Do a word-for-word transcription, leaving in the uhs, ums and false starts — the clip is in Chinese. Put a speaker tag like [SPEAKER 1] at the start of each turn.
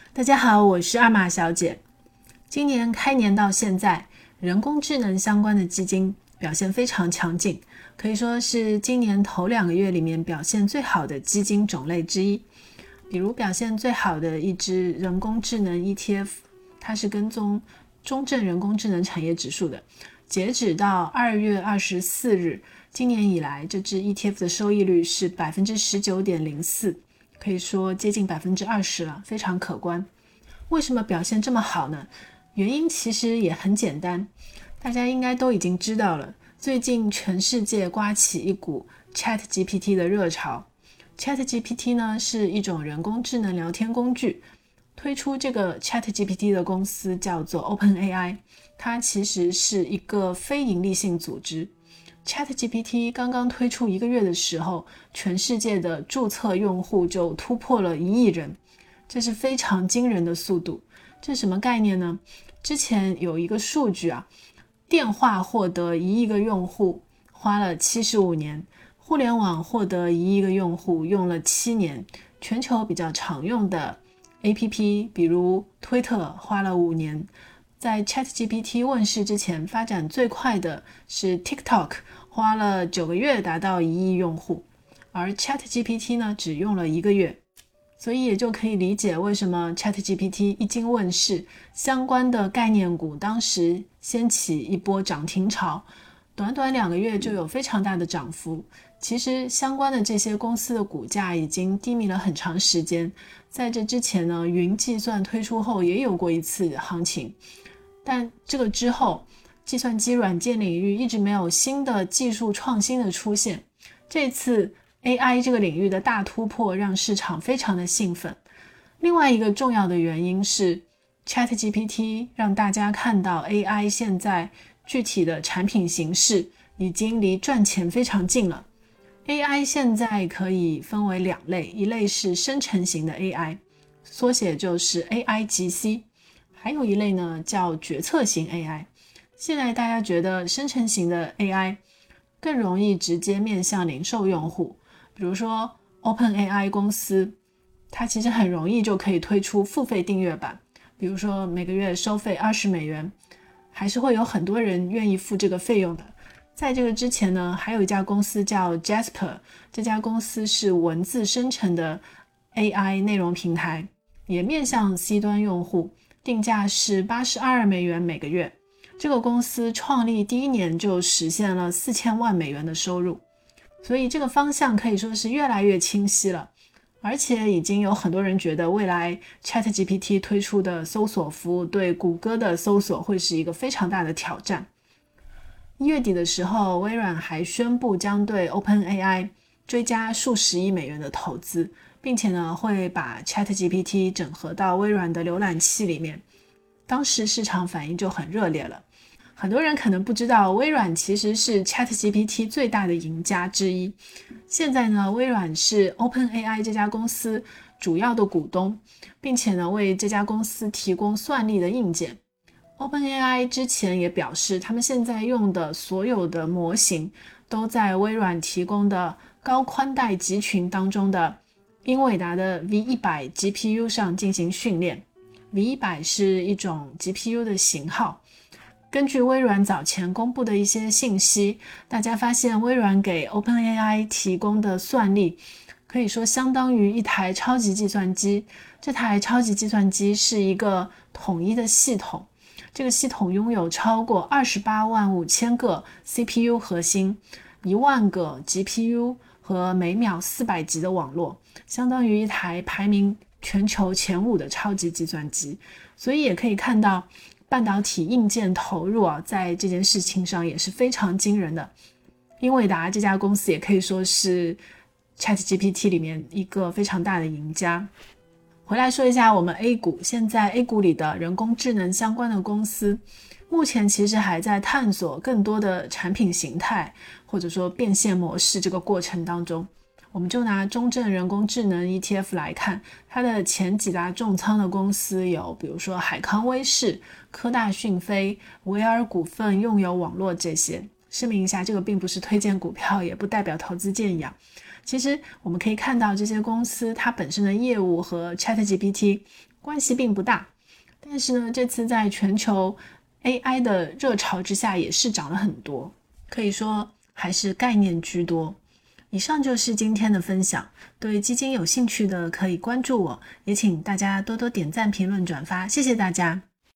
[SPEAKER 1] 大家好，我是阿玛小姐。今年开年到现在，人工智能相关的基金表现非常强劲，可以说是今年头两个月里面表现最好的基金种类之一。比如表现最好的一支人工智能 E T F， 它是跟踪中证人工智能产业指数的。截止到二月二十四日，今年以来这支 E T F 的收益率是 百分之十九点零四， 可以说接近 百分之二十 了，非常可观。为什么表现这么好呢？原因其实也很简单，大家应该都已经知道了，最近全世界刮起一股 ChatGPT 的热潮。 ChatGPT 呢是一种人工智能聊天工具，推出这个 ChatGPT 的公司叫做 OpenAI， 它其实是一个非营利性组织。 ChatGPT 刚刚推出一个月的时候，全世界的注册用户就突破了一亿人，这是非常惊人的速度。这是什么概念呢？之前有一个数据啊，电话获得一亿个用户花了七十五年，互联网获得一亿个用户用了七年，全球比较常用的 A P P 比如推特花了五年。在 ChatGPT 问世之前，发展最快的是 TikTok， 花了九个月达到一亿用户，而 ChatGPT 呢只用了一个月。所以也就可以理解为什么 ChatGPT 一经问世，相关的概念股当时掀起一波涨停潮，短短两个月就有非常大的涨幅。其实相关的这些公司的股价已经低迷了很长时间，在这之前呢，云计算推出后也有过一次行情，但这个之后计算机软件领域一直没有新的技术创新的出现。这次A I 这个领域的大突破让市场非常的兴奋。另外一个重要的原因是 ChatGPT 让大家看到 A I 现在具体的产品形式已经离赚钱非常近了。 A I 现在可以分为两类，一类是生成型的 A I， 缩写就是 A I 级 C， 还有一类呢叫决策型 A I。 现在大家觉得生成型的 A I 更容易直接面向零售用户，比如说 OpenAI 公司，它其实很容易就可以推出付费订阅版，比如说每个月收费二十美元，还是会有很多人愿意付这个费用的。在这个之前呢，还有一家公司叫 Jasper， 这家公司是文字生成的 A I 内容平台，也面向 C 端用户，定价是八十二美元每个月。这个公司创立第一年就实现了四千万美元的收入，所以这个方向可以说是越来越清晰了。而且已经有很多人觉得未来 ChatGPT 推出的搜索服务对谷歌的搜索会是一个非常大的挑战。一月底的时候，微软还宣布将对 OpenAI 追加数十亿美元的投资，并且呢会把 ChatGPT 整合到微软的浏览器里面。当时市场反应就很热烈了。很多人可能不知道，微软其实是 ChatGPT 最大的赢家之一。现在呢，微软是 OpenAI 这家公司主要的股东，并且呢为这家公司提供算力的硬件。OpenAI 之前也表示，他们现在用的所有的模型都在微软提供的高宽带集群当中的英伟达的 V 一百 G P U 上进行训练。 V 一百 是一种 G P U 的型号。根据微软早前公布的一些信息，大家发现微软给 OpenAI 提供的算力可以说相当于一台超级计算机。这台超级计算机是一个统一的系统，这个系统拥有超过二十八万五千个 C P U 核心，一万个 G P U 和每秒四百级的网络，相当于一台排名全球前五的超级计算机。所以也可以看到半导体硬件投入啊，在这件事情上也是非常惊人的。英伟达这家公司也可以说是 ChatGPT 里面一个非常大的赢家。回来说一下我们 A 股，现在 A 股里的人工智能相关的公司，目前其实还在探索更多的产品形态，或者说变现模式这个过程当中。我们就拿中证人工智能 E T F 来看，它的前几大重仓的公司有比如说海康威视、科大讯飞、维尔股份、用友网络这些。声明一下，这个并不是推荐股票，也不代表投资建议啊。其实我们可以看到这些公司它本身的业务和 ChatGPT 关系并不大。但是呢，这次在全球 A I 的热潮之下也是涨了很多，可以说还是概念居多。以上就是今天的分享，对基金有兴趣的可以关注我，也请大家多多点赞、评论、转发，谢谢大家。